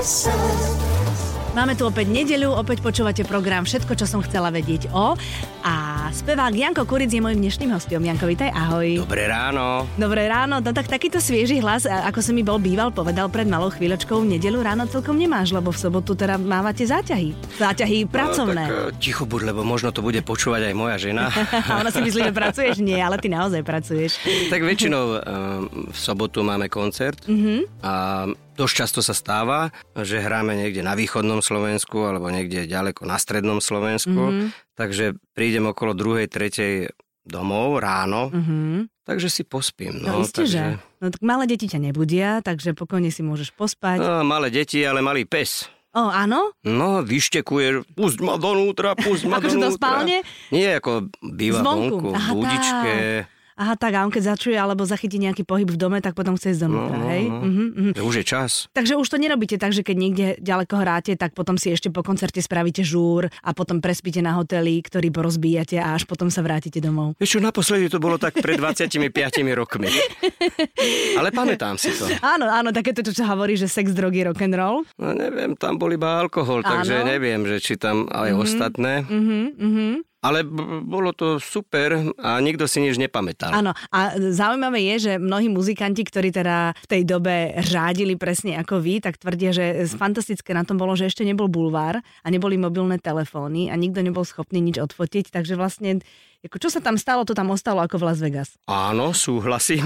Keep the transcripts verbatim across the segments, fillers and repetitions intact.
Máme tu opäť nedeľu, opäť počúvate program Všetko, čo som chcela vedieť o. A spevák Janko Kuric je mojím dnešným hostom. Janko, vítaj, ahoj. Dobré ráno. Dobré ráno, no tak takýto svieži hlas, ako som mi bol býval, povedal pred malou chvíľočkou, v nedeľu ráno celkom nemáš, lebo v sobotu teda mávate záťahy. Záťahy pracovné. No, tak ticho buď, lebo možno to bude počúvať aj moja žena. A ona si myslí, že pracuješ? Nie, ale ty naozaj pracuješ. Tak väčšinou um, v sobotu máme koncert mm-hmm. a dosť často sa stáva, že hráme niekde na východnom Slovensku alebo niekde ďaleko na strednom Slovensku. Mm-hmm. Takže prídem okolo druhej, tretej domov ráno, mm-hmm. takže si pospím. No, no isté, takže... že? No tak malé deti ťa nebudia, takže pokojne si môžeš pospať. No, malé deti, ale malý pes. O, áno? No, vyštekuje, pusť ma donútra, pusť ma donútra. Akože do spálne? Nie, ako býva vonku, v budičke. Aha, tak a on keď začuje alebo zachytí nejaký pohyb v dome, tak potom chce ísť donútra, no, hej? No, uh-huh, uh-huh. Už je čas. Takže už to nerobíte tak, že keď niekde ďaleko hráte, tak potom si ešte po koncerte spravíte žúr a potom prespíte na hoteli, ktorý porozbíjate a až potom sa vrátite domov. Vieš čo, naposledy to bolo tak pred dvadsiatimi piatimi rokmi. Ale pamätám si to. Áno, áno, takéto, čo sa hovorí, že sex, drogy, rock'n'roll. No neviem, tam bol iba alkohol, áno. Takže neviem, že či tam aj uh-huh. ostatné. Uh-huh, uh-huh. Ale b- bolo to super a nikto si nič nepamätal. Áno, a zaujímavé je, že mnohí muzikanti, ktorí teda v tej dobe řádili presne ako vy, tak tvrdia, že fantastické na tom bolo, že ešte nebol bulvár a neboli mobilné telefóny a nikto nebol schopný nič odfotiť, takže vlastne ako čo sa tam stalo, to tam ostalo ako v Las Vegas. Áno, súhlasím.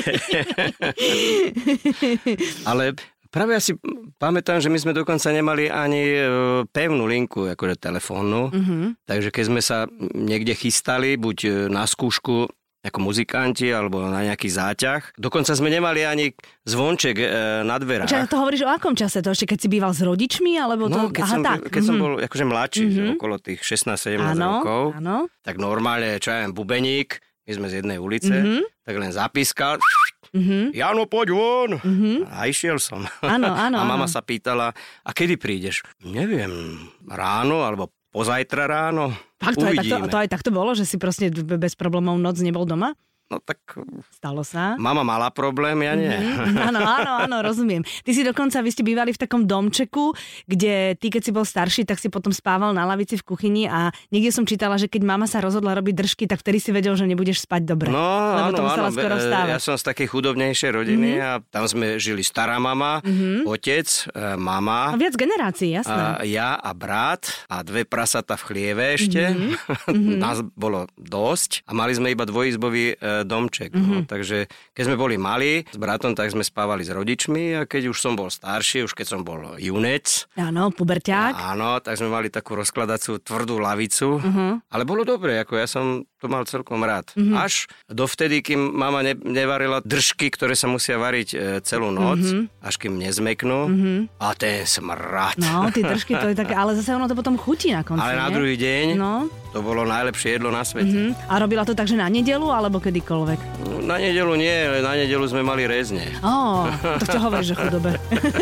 Ale práve ja si pamätám, že my sme dokonca nemali ani pevnú linku, akože telefónnu. Mm-hmm. Takže keď sme sa niekde chystali, buď na skúšku ako muzikanti, alebo na nejaký záťah. Dokonca sme nemali ani zvonček e, na dverách. Čiže to hovoríš o akom čase? To ešte keď si býval s rodičmi? Alebo to... No, keď, Aha, som, tak. keď mm-hmm. som bol akože mladší, mm-hmm. okolo tých šestnásť sedemnásť áno, rokov, áno. tak normálne, čo ja viem, bubeník, my sme z jednej ulice, mm-hmm. tak len zapískal... Mm-hmm. Jano, poď von. Mm-hmm. A išiel som. Áno, áno. A mama áno. sa pýtala, a kedy prídeš? Neviem, ráno alebo pozajtra ráno. Fakt, to, aj takto, to aj takto bolo, že si proste bez problémov noc nebol doma? No tak... Stalo sa. Mama mala problém, ja nie. Mm-hmm. Áno, áno, áno, rozumiem. Ty si dokonca, vy ste bývali v takom domčeku, kde ty, keď si bol starší, tak si potom spával na lavici v kuchyni a niekde som čítala, že keď mama sa rozhodla robiť držky, tak vtedy si vedel, že nebudeš spať dobre. No, lebo áno, to musela áno. skoro vstávať. Ja som z takej chudobnejšej rodiny mm-hmm. a tam sme žili stará mama, mm-hmm. otec, mama. No viac generácií, jasné. A ja a brat a dve prasata v chlieve ešte. Mm-hmm. Nás bolo dosť a mali sme iba dvojizbový domček. Mm-hmm. No, takže keď sme boli malí s bratom, tak sme spávali s rodičmi a keď už som bol starší, už keď som bol junec. Áno, puberťák. Áno, tak sme mali takú rozkladacú tvrdú lavicu. Mm-hmm. Ale bolo dobre, ako ja som to mal celkom rád. Mm-hmm. Až dovtedy, kým mama ne- nevarila držky, ktoré sa musia variť e, celú noc, mm-hmm. až kým nezmeknú. Mm-hmm. A ten smrad. No, tie držky, to je také, ale zase ono to potom chutí na konci. Ale na nie? druhý deň no. to bolo najlepšie jedlo na svete. Mm-hmm. A robila to tak, že na nedeľu, alebo kedykoľvek? Na nedeľu nie, ale na nedeľu sme mali rezne. Ó, to čo hovoríš, že chudobe.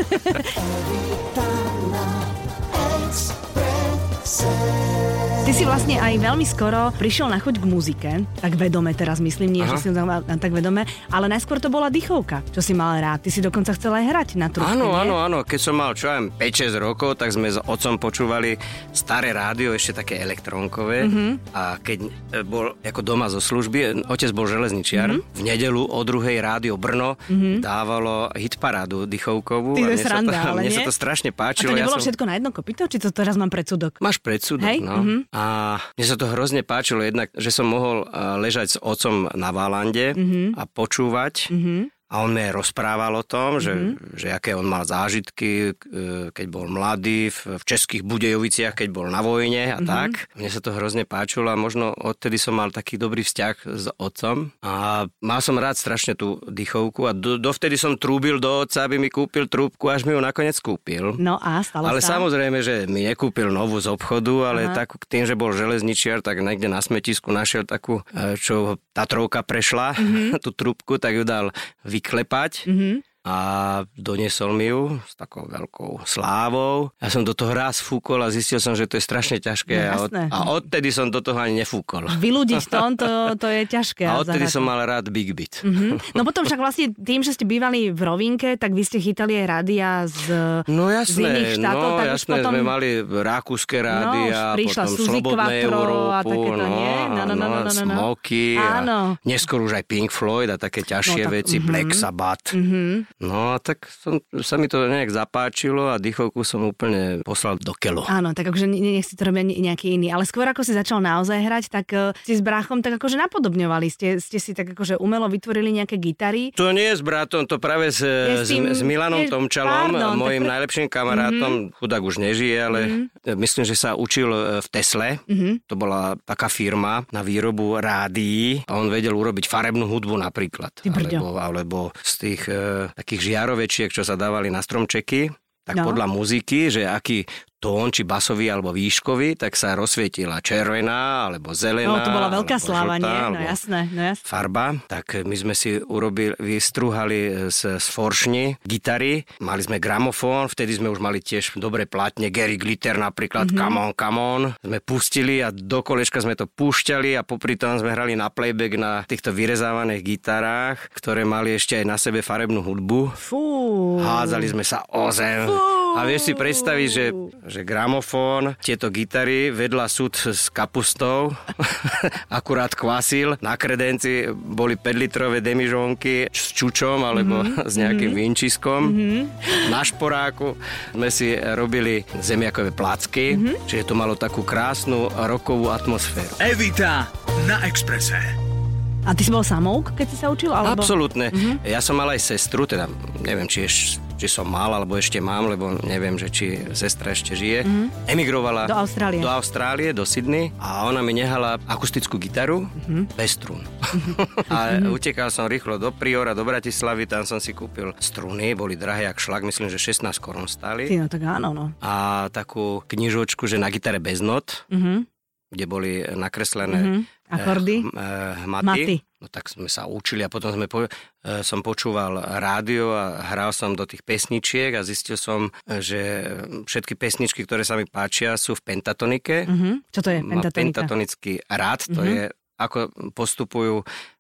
Ty si vlastne aj veľmi skoro prišiel na chuť k muzike, tak vedome teraz myslím, nie, Aha. že si tak vedome, ale najskôr to bola dychovka, čo si mal rád. Ty si dokonca chcel aj hrať na trúbke, Áno, nie? áno, áno. Keď som mal, čo aj päť šesť rokov, tak sme s otcom počúvali staré rádio, ešte také elektrónkové. Mm-hmm. A keď bol ako doma zo služby, otec bol železničiar, mm-hmm. v nedeľu o druhej rádio Brno mm-hmm. dávalo hitparádu dychovkovú. Ty a mne, sranda, sa to, ale mne nie? sa to strašne páčilo. A to nebolo ja som... všetko na jedno kopyto? Či to teraz mám predsudok? Máš predsudok, Hej? no. Mm-hmm. A mne sa to hrozne páčilo jednak, že som mohol ležať s otcom na Válande mm-hmm. a počúvať. Mm-hmm. A on mi rozprával o tom, že, mm-hmm. že aké on mal zážitky, keď bol mladý, v, v Českých Budejoviciach, keď bol na vojne a mm-hmm. tak. Mne sa to hrozne páčilo a možno odtedy som mal taký dobrý vzťah s otcom. A mal som rád strašne tú dychovku a do, dovtedy som trúbil do otca, aby mi kúpil trúbku, až mi ju nakoniec kúpil. No a stalo Ale sa? samozrejme, že mi nekúpil novú z obchodu, ale tak tým, že bol železničiar, tak niekde na smetisku našiel takú, čo Tatrovka prešla, mm-hmm. tú trúbku, tak ju dal vyklepať. Mm-hmm. a doniesol mi ju s takou veľkou slávou. Ja som do toho raz fúkol a zistil som, že to je strašne ťažké no, a, od, a odtedy som do toho ani nefúkol. Vylúdiť tón, to, to je ťažké. A odtedy som mal rád Big Beat. Mm-hmm. No potom však vlastne tým, že ste bývali v Rovinke, tak vy ste chytali aj rádia z, no jasné, z iných štátov. No tak jasné, potom... sme mali rakúske rádia, no, potom Slobodnú Európu, no, no, no, no, no, no, no. Smoky a neskôr už aj Pink Floyd a také ťažšie no, tak, veci, mm-hmm. Black Sabbath. Mm-hmm. No a tak som, sa mi to nejak zapáčilo a dýchovku som úplne poslal do keľu. Áno, tak akože nech si to robia nejaký iný. Ale skôr ako si začal naozaj hrať, tak uh, si s bráchom tak akože napodobňovali. Ste, ste si tak akože umelo vytvorili nejaké gitary. To nie je s bratom, to práve s, s, tým, s Milanom je, Tomčalom, pardon, mojim pre... najlepším kamarátom. Mm-hmm. Chudák už nežije, ale mm-hmm. myslím, že sa učil v Tesle. Mm-hmm. To bola taká firma na výrobu rádií a on vedel urobiť farebnú hudbu napríklad. Alebo, alebo z tých e, takých žiarovečiek, čo sa dávali na stromčeky, tak no. podľa muziky, že aký tón, či basový alebo výškový, tak sa rozsvietila červená, alebo zelená. No, to bola veľká sláva, nie? No jasné, no jasné. Farba. Tak my sme si urobili, vystrúhali z, z foršni gitary. Mali sme gramofón, vtedy sme už mali tiež dobré platne, Gary Glitter napríklad, mm-hmm. Come on, come on. Sme pustili a do kolečka sme to púšťali a popri tom sme hrali na playback na týchto vyrezávaných gitarách, ktoré mali ešte aj na sebe farebnú hudbu. Fú. Hádzali sme sa o zem. Fú. A vieš si predstaviť, že, že gramofón, tieto gitary, vedľa súd s kapustou, akurát kvasil, na kredenci boli päťlitrové demižónky s čučom alebo mm-hmm. s nejakým mm-hmm. vinčiskom. Mm-hmm. Na šporáku sme si robili zemiakové placky, mm-hmm. čiže to malo takú krásnu rokovú atmosféru. Evita na Expresse. A ty si bol samouk, keď si sa učil? Alebo... Absolútne. Mm-hmm. Ja som mal aj sestru, teda neviem, či, eš, či som mal, alebo ešte mám, lebo neviem, že či sestra ešte žije. Mm-hmm. Emigrovala do Austrálie. do Austrálie, do Sydney a ona mi nehala akustickú gitaru mm-hmm. bez strún. Mm-hmm. A utekal som rýchlo do Priora, do Bratislavy, tam som si kúpil struny, boli drahé jak šlak, myslím, že šestnásť korún stáli. Ty, no tak áno, no. A takú knižočku, že na gitare bez not, mm-hmm. kde boli nakreslené mm-hmm. akordy, eh, eh, hmaty. Maty. No tak sme sa učili a potom sme po, eh, som počúval rádio a hral som do tých pesničiek a zistil som, že všetky pesničky, ktoré sa mi páčia, sú v pentatonike. Mm-hmm. Čo to je pentatonika? Pentatonický rád, to mm-hmm. je ako postupujú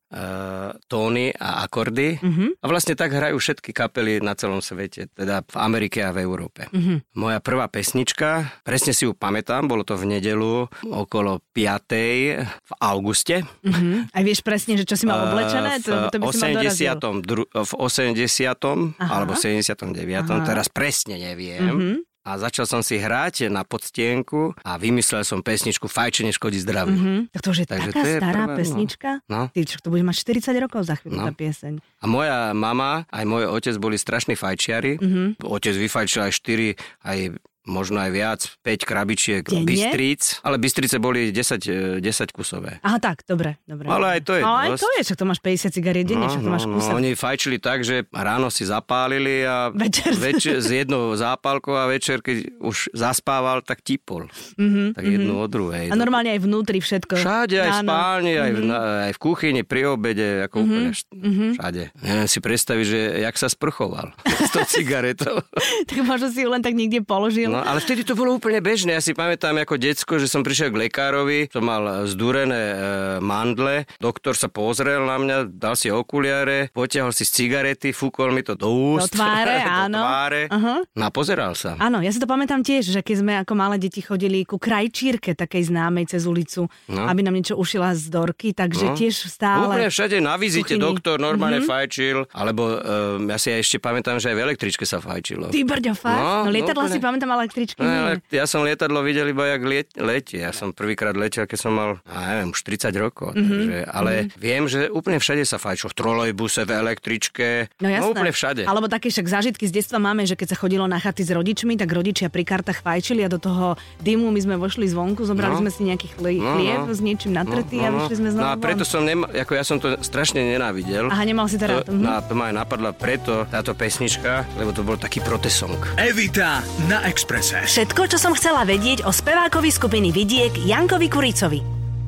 Uh, tóny a akordy. Uh-huh. A vlastne tak hrajú všetky kapely na celom svete, teda v Amerike a v Európe. Uh-huh. Moja prvá pesnička, presne si ju pamätám, bolo to v nedeľu okolo piatej v auguste. Uh-huh. A vieš presne, že čo si mal oblečené? To, to by si mal dorazil. V osemdesiatom alebo sedemdesiatom deviatom teraz presne neviem. Uh-huh. A začal som si hrať na podstienku a vymyslel som pesničku Fajčenie škodí zdraviu. Mm-hmm. Tak to už je Takže taká je stará prvá, pesnička? No. Ty, čo to bude mať štyridsať rokov za chvíľu, no. tá pieseň. A moja mama, aj môj otec boli strašní fajčiari. Mm-hmm. Otec vyfajčil aj štyri, aj možno aj viac, päť krabičiek Denne? Bystríc, ale Bystrice boli desať, desať kusové. Aha, tak, dobre, dobre. Ale aj to je Ale dosť. aj to je, však to máš päťdesiat cigariet denne, však to máš no, kúsa. No, oni fajčili tak, že ráno si zapálili a večer, večer s jednou zápalkou a večer, keď už zaspával, tak tipol. Mm-hmm, tak jednu mm-hmm. od druhej. A normálne aj vnútri všetko. Všade, aj v spálni, mm-hmm. aj, v, aj v kuchyni, pri obede, ako mm-hmm. úplne mm-hmm. všade. Neviem si predstaviť, že jak sa sprchoval s tou cigaretou. Tak možno si ju len tak niekde položil. No, ale vtedy to bolo úplne bežné. Ja si pamätám ako decko, že som prišiel k lekárovi, som mal zdúrené e, mandle, doktor sa pozrel na mňa, dal si okuliare, potiahol si z cigarety, fúkol mi to do úst. Do tváre, áno. Do tváre. Uh-huh. No a pozeral sa. Áno, ja si to pamätám tiež, že keď sme ako malé deti chodili ku krajčírke takej známej cez ulicu, no. aby nám niečo ušila z dorky, takže no. tiež stále... Úplne všade na vizite doktor normálne uh-huh. fajčil, alebo um, ja si aj ešte pamätám, že aj v električke sa fajčilo. Ty brďo, fakt? No, no lietadla no, si pamätám, ale električky no, nie. Ja som lietadlo videl iba jak liet, letie. Ja som prvýkrát letel, keď som mal, ja neviem, už tridsať rokov. Mm-hmm. Takže, ale mm-hmm. viem, že úplne všade sa fajčilo. V trolejbuse, v električke. No jasné. No úplne všade. Alebo také však zážitky z detstva máme, že keď sa chodilo na chaty s rodičmi, tak rodičia pri kartách fajčili a do toho dymu my sme vošli zvonku, zobrali no. sme si nejaký chlieb no, no. s niečím natretý no, no, a vyšli sme znovu. No a preto som, nema, ako ja som to strašne nenávidel. Aha, nemal si to rád. To, mm-hmm. to ma aj napadla preto táto pesnička, lebo to bol taký protesong. Evita na Expresse. Všetko, čo som chcela vedieť o spevákovi skupiny Vidiek Jankovi Kuricovi.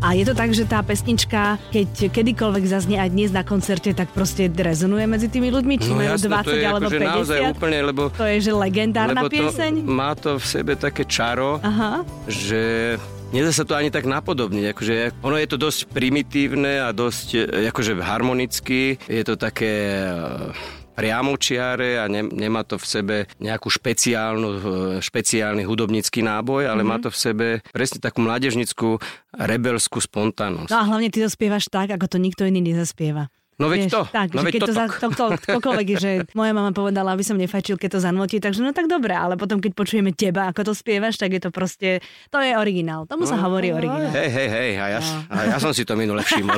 A je to tak, že tá pesnička, keď kedykoľvek zaznie aj dnes na koncerte, tak proste rezonuje medzi tými ľuďmi, či No majú jasné, dvadsať to je alebo akože päťdesiat. naozaj úplne, lebo... To je, že legendárna lebo to, pieseň. má to v sebe také čaro, Aha. že... Nedá sa to ani tak napodobniť, akože ono je to dosť primitívne a dosť e, akože harmonicky, je to také e, priamočiare a ne, nemá to v sebe nejakú špeciálnu, e, špeciálny hudobnícky náboj, ale mm-hmm. má to v sebe presne takú mládežnickú rebelskú spontánnosť. No a hlavne ty to spievaš tak, ako to nikto iný nezaspieva. No veď Vieš, to, tak, no že veď keď to, za, to, to ktokoľvek, že moja mama povedala, aby som nefajčil, keď to zanmotí, takže no tak dobre, ale potom keď počujeme teba, ako to spievaš, tak je to proste, to je originál, tomu sa no, hovorí originál. Hej, hej, hej, a ja, no. a ja som si to minule všimol.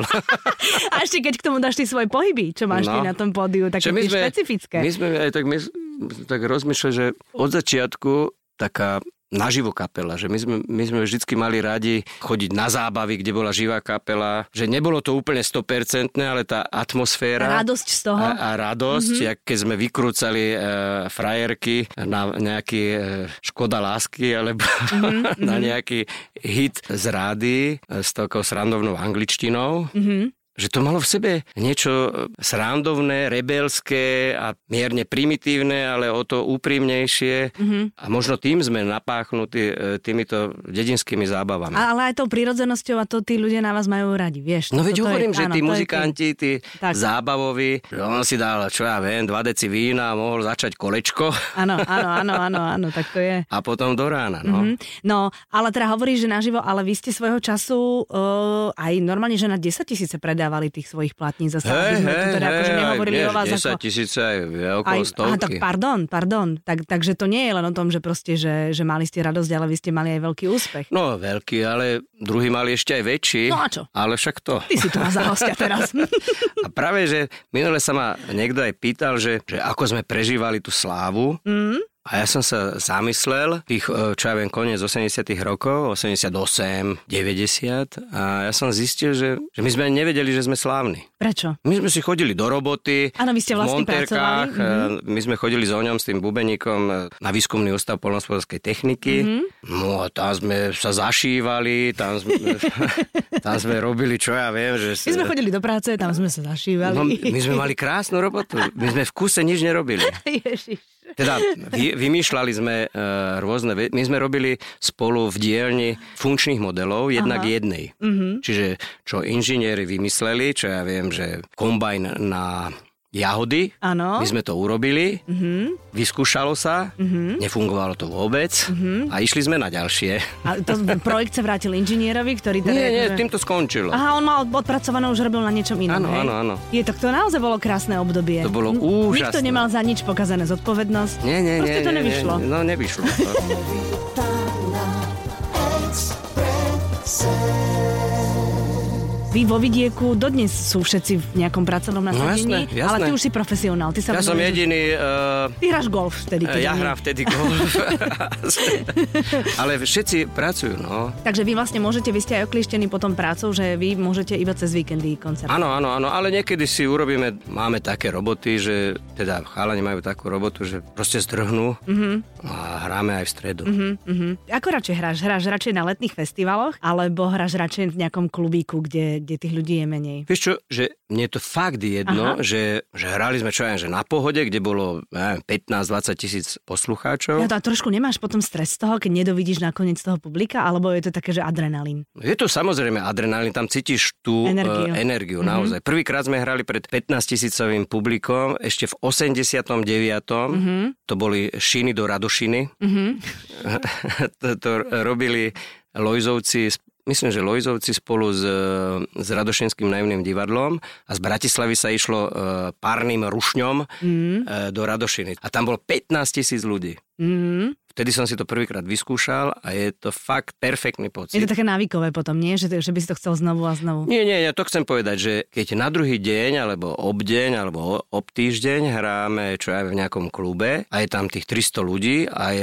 A ešte keď k tomu dáš ty svoje pohyby, čo máš no. ty na tom pódiu, tak to je špecifické. My sme aj tak, my, tak rozmýšľali, že od začiatku taká naživo kapela, že my sme, my sme vždycky mali radi chodiť na zábavy, kde bola živá kapela, že nebolo to úplne sto percent, ale tá atmosféra radosť z toho a, a radosť, mm-hmm. jak keď sme vykrúcali e, frajerky na nejaký e, Škoda lásky alebo mm-hmm. na nejaký hit z rády s takou srandovnou angličtinou. Mm-hmm. Že to malo v sebe niečo srandovné, rebelské a mierne primitívne, ale o to úprimnejšie. Mm-hmm. A možno tým sme napáchnutí týmito dedinskými zábavami. Ale aj tou prírodzenosťou a to tí ľudia na vás majú radi, vieš. No veď hovorím, je, že áno, tí muzikanti, tí tak. zábavoví, že on si dal, čo ja viem, dva deci vína a mohol začať kolečko. Áno, áno, áno, áno, áno, tak to je. A potom do rána, no. Mm-hmm. No, ale teda hovoríš, že naživo, ale vy ste svojho času uh, aj normálne, že na desaťtisíce predávali tých svojich platníc zase, hey, aby sme hey, tu teda hey, akože nehovorili hey, o vás desať ako... tisíce aj okolo stovky. Aha, tak pardon, pardon. Tak, takže to nie je len o tom, že proste, že, že mali ste radosť, ale vy ste mali aj veľký úspech. No, veľký, ale druhý mali ešte aj väčší. No a čo? Ale však to. Ty si tu má za hostia teraz. A práve, že minule sa ma niekto aj pýtal, že, že ako sme prežívali tú slávu. Mm. A ja som sa zamyslel, tých, čo ja viem, koniec osemdesiatych rokov, osemdesiatosem, deväťdesiat, a ja som zistil, že, že my sme nevedeli, že sme slávni. Prečo? My sme si chodili do roboty, áno, vy ste vlastne v monterkách, pracovali. My sme chodili s oňom, s tým bubeníkom na výskumný ústav poľnohospodárskej techniky. Mm-hmm. No a tam sme sa zašívali, tam sme, tam sme robili, čo ja viem. Že... My sme chodili do práce, tam sme sa zašívali. No, my sme mali krásnu robotu. My sme v kuse nič nerobili. Ježiš. Teda vy, vymýšľali sme uh, rôzne veci. My sme robili spolu v dielni funkčných modelov jedna k jednej. Mm-hmm. Čiže čo inžinieri vymysleli, čo ja viem, že kombajn na jahody, ano. My sme to urobili, mm-hmm. vyskúšalo sa, mm-hmm. nefungovalo to vôbec mm-hmm. a išli sme na ďalšie. A to projekt sa vrátil inžinierovi, ktorý... Teda nie, nie, že... tým to skončilo. Aha, on mal odpracované, už robil na niečom inom, áno, hej? Áno, áno. Je, tak to naozaj bolo krásne obdobie. To bolo úžasné. Nikto nemal za nič pokazané zodpovednosť. Nie, nie, Proste nie. to nevyšlo. Nie, no, nevyšlo. To. Vy vo vidieku dodnes sú všetci v nejakom pracovnom nasadení, no, jasné, jasné. Ale ty už si profesionál. Ty sa ja som jediný... Uh, ty hráš golf vtedy. Ja hrám vtedy golf. Ale všetci pracujú, no. Takže vy vlastne môžete, vy ste aj oklištení potom prácou, že vy môžete iba cez víkendy koncertovať. Áno, áno, áno, ale niekedy si urobíme, máme také roboty, že teda chalani majú takú robotu, že proste zdrhnú mm-hmm. a hráme aj v stredu. Mm-hmm, mm-hmm. Ako radšej hráš? Hráš radšej na letných festivaloch, alebo hráš radšej v nejakom klubíku, kde kde tých ľudí je menej? Vieš čo, že mne to fakt jedno, že, že hrali sme čo aj, že na Pohode, kde bolo neviem, pätnásť dvadsať tisíc poslucháčov. Ja to a trošku nemáš potom stres z toho, keď nedovidíš nakoniec toho publika, alebo je to také, že adrenalín? Je to samozrejme adrenalín, tam cítiš tú energiu, uh, energiu mm-hmm. naozaj. Prvýkrát sme hrali pred pätnásťtisícovým publikom, ešte v osemdesiatom deviatom Mm-hmm. To boli Šiny do Radošiny. Mm-hmm. to, to robili Lojzovci, myslím, že Lojzovci spolu s, s Radošinským naivným divadlom a z Bratislavy sa išlo uh, párnym rušňom mm. uh, do Radošiny. A tam bolo pätnásť tisíc ľudí. Mm. Vtedy som si to prvýkrát vyskúšal a je to fakt perfektný pocit. Je to také návykové potom, nie? Že, že by si to chcel znovu a znovu. Nie, nie, ja to chcem povedať, že keď na druhý deň, alebo obdeň, alebo ob týždeň hráme, čo aj v nejakom klube a je tam tých tristo ľudí a je A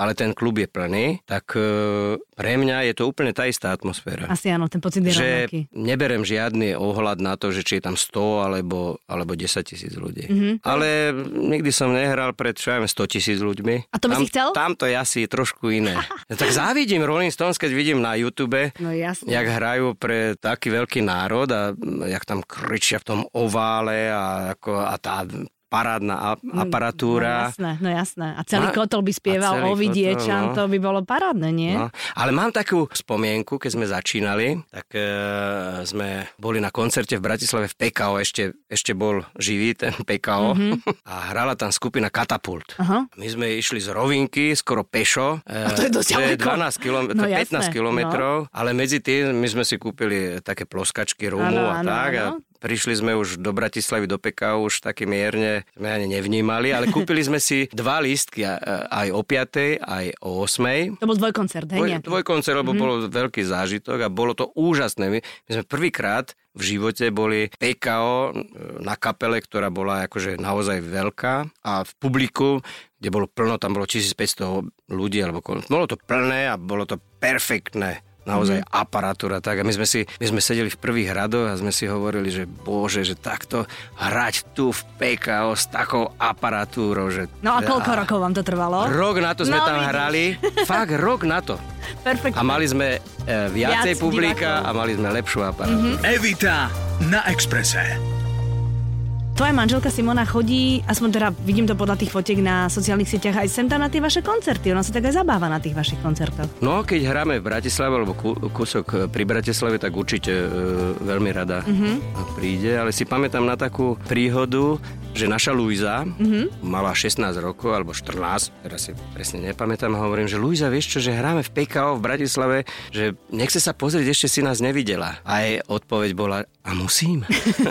ale ten klub je plný, tak e, pre mňa je to úplne tá istá atmosféra. Asi áno, ten pocit je rovnaký. Že neberem žiadny ohľad na to, že či je tam sto alebo, alebo desať tisíc ľudí. Mm-hmm. Ale nikdy som nehral pred čo ja viem, sto tisíc ľuďmi. A to by tam, si chcel? Tam to je asi trošku iné. Ja tak závidím Rolling Stones, keď vidím na YouTube, no, jasne. jak hrajú pre taký veľký národ a jak tam kričia v tom ovále a, ako, a tá parádna aparatúra. No jasné, no jasné. A celý no, kotol by spieval o Vidiečan, no. To by bolo parádne, nie? No. Ale mám takú spomienku, keď sme začínali, tak e, sme boli na koncerte v Bratislave v pé ká ó, ešte, ešte bol živý ten pé ká ó mm-hmm. a hrala tam skupina Katapult. Uh-huh. My sme išli z Rovinky, skoro pešo. E, a to je dosť ďaleko. dvanásť kilometrov, no, pätnásť kilometrov, no. Ale medzi tým my sme si kúpili také ploskačky rumu a ano, tak. Ano. A prišli sme už do Bratislavy, do pé ká ó, už také mierne sme ani nevnímali, ale kúpili sme si dva lístky aj o piatej, aj o ôsmej. To bol dvojkoncert, hej? Dvoj, dvojkoncert, lebo mm-hmm. bol veľký zážitok a bolo to úžasné. My, my sme prvýkrát v živote boli pé ká ó na kapele, ktorá bola akože naozaj veľká a v publiku, kde bolo plno, tam bolo tisícpäťsto ľudí, alebo bolo to plné a bolo to perfektné. Naozaj mm-hmm. aparatúra, tak a my sme si, my sme sedeli v prvých radoch a sme si hovorili, že bože, že takto hrať tu v pé ká ó s takou aparatúrou, že... No a koľko rokov vám to trvalo? Rok na to sme no, tam vidíš. hrali, fakt rok na to. Perfektne. A mali sme e, viacej Viac publika divákov. A mali sme lepšiu aparatúru. Mm-hmm. Evita na Expresse. Tvoja manželka Simona chodí, aspoň teda vidím to podľa tých fotiek na sociálnych sieťach, aj sem tam na tie vaše koncerty. Ona sa tak aj zabáva na tých vašich koncertoch. No, keď hráme v Bratislave, alebo kúsok pri Bratislave, tak určite e, veľmi rada mm-hmm. príde. Ale si pamätám na takú príhodu, že naša Luisa mm-hmm. mala šestnásť rokov, alebo štrnásť, teraz si presne nepamätám, a hovorím, že Luisa, vieš čo, že hráme v pé ká ó v Bratislave, že nechce sa pozrieť, ešte si nás nevidela. A jej odpoveď bola, a musím.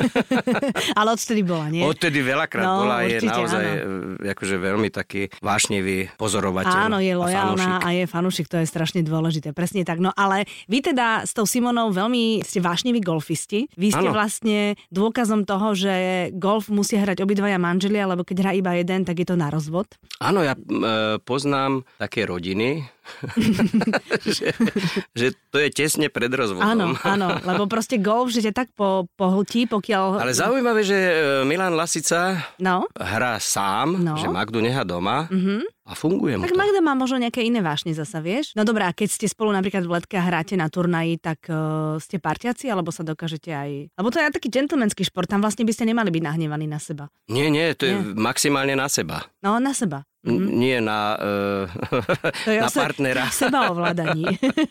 Ale odtedy bola, nie? Odtedy veľakrát no, bola, určite, je naozaj akože veľmi taký vášnivý pozorovateľ. Áno, je lojálna a, a je fanúšik, to je strašne dôležité, presne tak. No ale vy teda s tou Simonou veľmi ste vášniví golfisti. Vy ste áno. vlastne dôkazom toho, že golf musia hrať obidvaja manželia, lebo keď hrá iba jeden, tak je to na rozvod. Áno, ja e, poznám také rodiny, že, že to je tesne pred rozvodom. Áno, áno, lebo proste golf, že ťa tak po, pohltí, pokiaľ... Ale zaujímavé, že Milan Lasica no? hrá sám, no? že Magdu nechá doma mm-hmm. a funguje mu tak to. Tak Magda má možno nejaké iné vášne zasa, vieš? No dobrá, keď ste spolu napríklad v letke a hráte na turnaji, tak uh, ste parťaci, alebo sa dokážete aj... Lebo to je taký gentlemanský šport, tam vlastne by ste nemali byť nahnevaní na seba. Nie, nie, to nie. je maximálne na seba. No, na seba. Mm-hmm. Nie na, uh, na se, partnera. Sebaovládaní.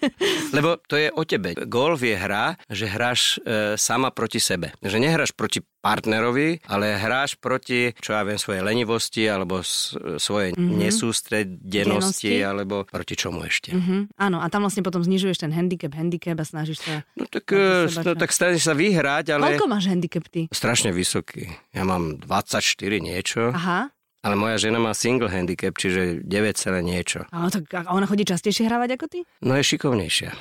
Lebo to je o tebe. Golf je hra, že hráš uh, sama proti sebe. Že nehráš proti partnerovi, ale hráš proti, čo ja viem, svojej lenivosti alebo s, svojej mm-hmm. nesústredenosti, Denosti. Alebo proti čomu ešte. Mm-hmm. Áno, a tam vlastne potom znižuješ ten handicap, handicap a snažíš sa... No tak, seba, no, tak snažíš sa vyhrať, ale... Koľko máš handicap ty? Strašne vysoký. Ja mám dvadsaťštyri niečo. Aha. Ale moja žena má single handicap, čiže deväť celé niečo. A, tak, a ona chodí častejšie hrávať ako ty? No je šikovnejšia.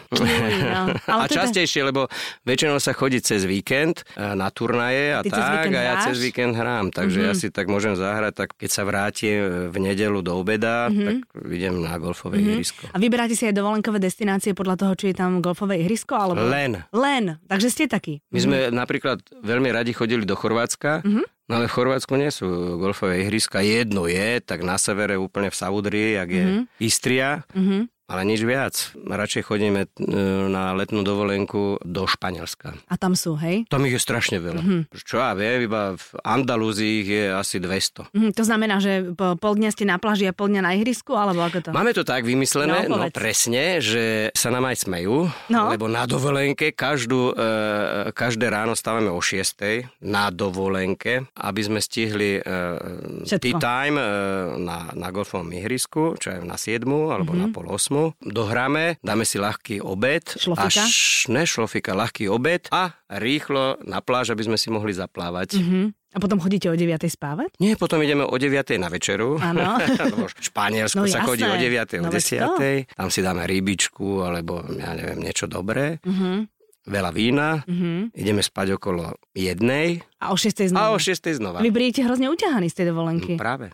No, a teda... častejšie, lebo väčšinou sa chodí cez víkend na turnaje a, a tak a ja hráš? Cez víkend hrám. Takže mm-hmm. ja si tak môžem zahrať, tak keď sa vrátim v nedeľu do obeda, mm-hmm. tak idem na golfové mm-hmm. ihrisko. A vyberáte si aj dovolenkové destinácie podľa toho, či je tam golfové ihrisko? Alebo... Len. Len, takže ste takí. My mm-hmm. sme napríklad veľmi radi chodili do Chorvátska, mm-hmm. No ale v Chorvátsku nie sú golfové ihriska. Jedno je, tak na severe úplne v Savudrii, jak je mm-hmm. Istria. Mm-hmm. Ale nič viac. Radšej chodíme na letnú dovolenku do Španielska. A tam sú, hej? Tam ich je strašne veľa. Mm-hmm. Čo ja viem, iba v Andalúzii ich je asi dvesto. Mm, to znamená, že pol dňa ste na pláži a pol dňa na ihrisku, alebo ako to? Máme to tak vymyslené, no, no presne, že sa nám aj smejú, no. lebo na dovolenke každú, e, každé ráno stávame o šiestej na dovolenke, aby sme stihli e, tea time e, na, na golfovom ihrisku, čo je na siedmu alebo mm-hmm. na pol osmu. Dohráme, dáme si ľahký obed. Šlofika? Až, ne šlofika, ľahký obed a rýchlo na pláž, aby sme si mohli zaplávať. Mm-hmm. A potom chodíte o deviatej spávať? Nie, potom ideme o deviatej na večeru. Áno. V Španielsku no, sa chodí o deviatej, o desiatej. Tam si dáme rybičku, alebo ja neviem, niečo dobré. Mm-hmm. veľa vína, mm-hmm. ideme spať okolo jednej. A o šiestej znova. A o šiestej znova. Vy prídete hrozne uťahaní z tej dovolenky. No, práve.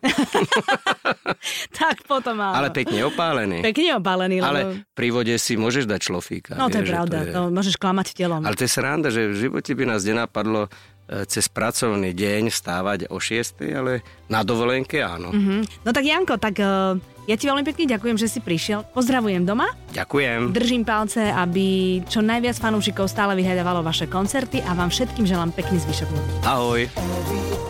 Tak potom áno. Ale pekne opálený. Pekne opálený. Lebo... Ale pri vode si môžeš dať šlofíka. No to je vie, pravda, to, je... to môžeš klamať telom. Ale to je sranda, že v živote by nás nenapadlo cez pracovný deň vstávať o šiestej, ale na dovolenke áno. Mm-hmm. No tak Janko, tak uh, ja ti veľmi pekne ďakujem, že si prišiel. Pozdravujem doma. Ďakujem. Držím palce, aby čo najviac fanúšikov stále vyhľadávalo vaše koncerty a vám všetkým želám pekný zvyšok. Ahoj.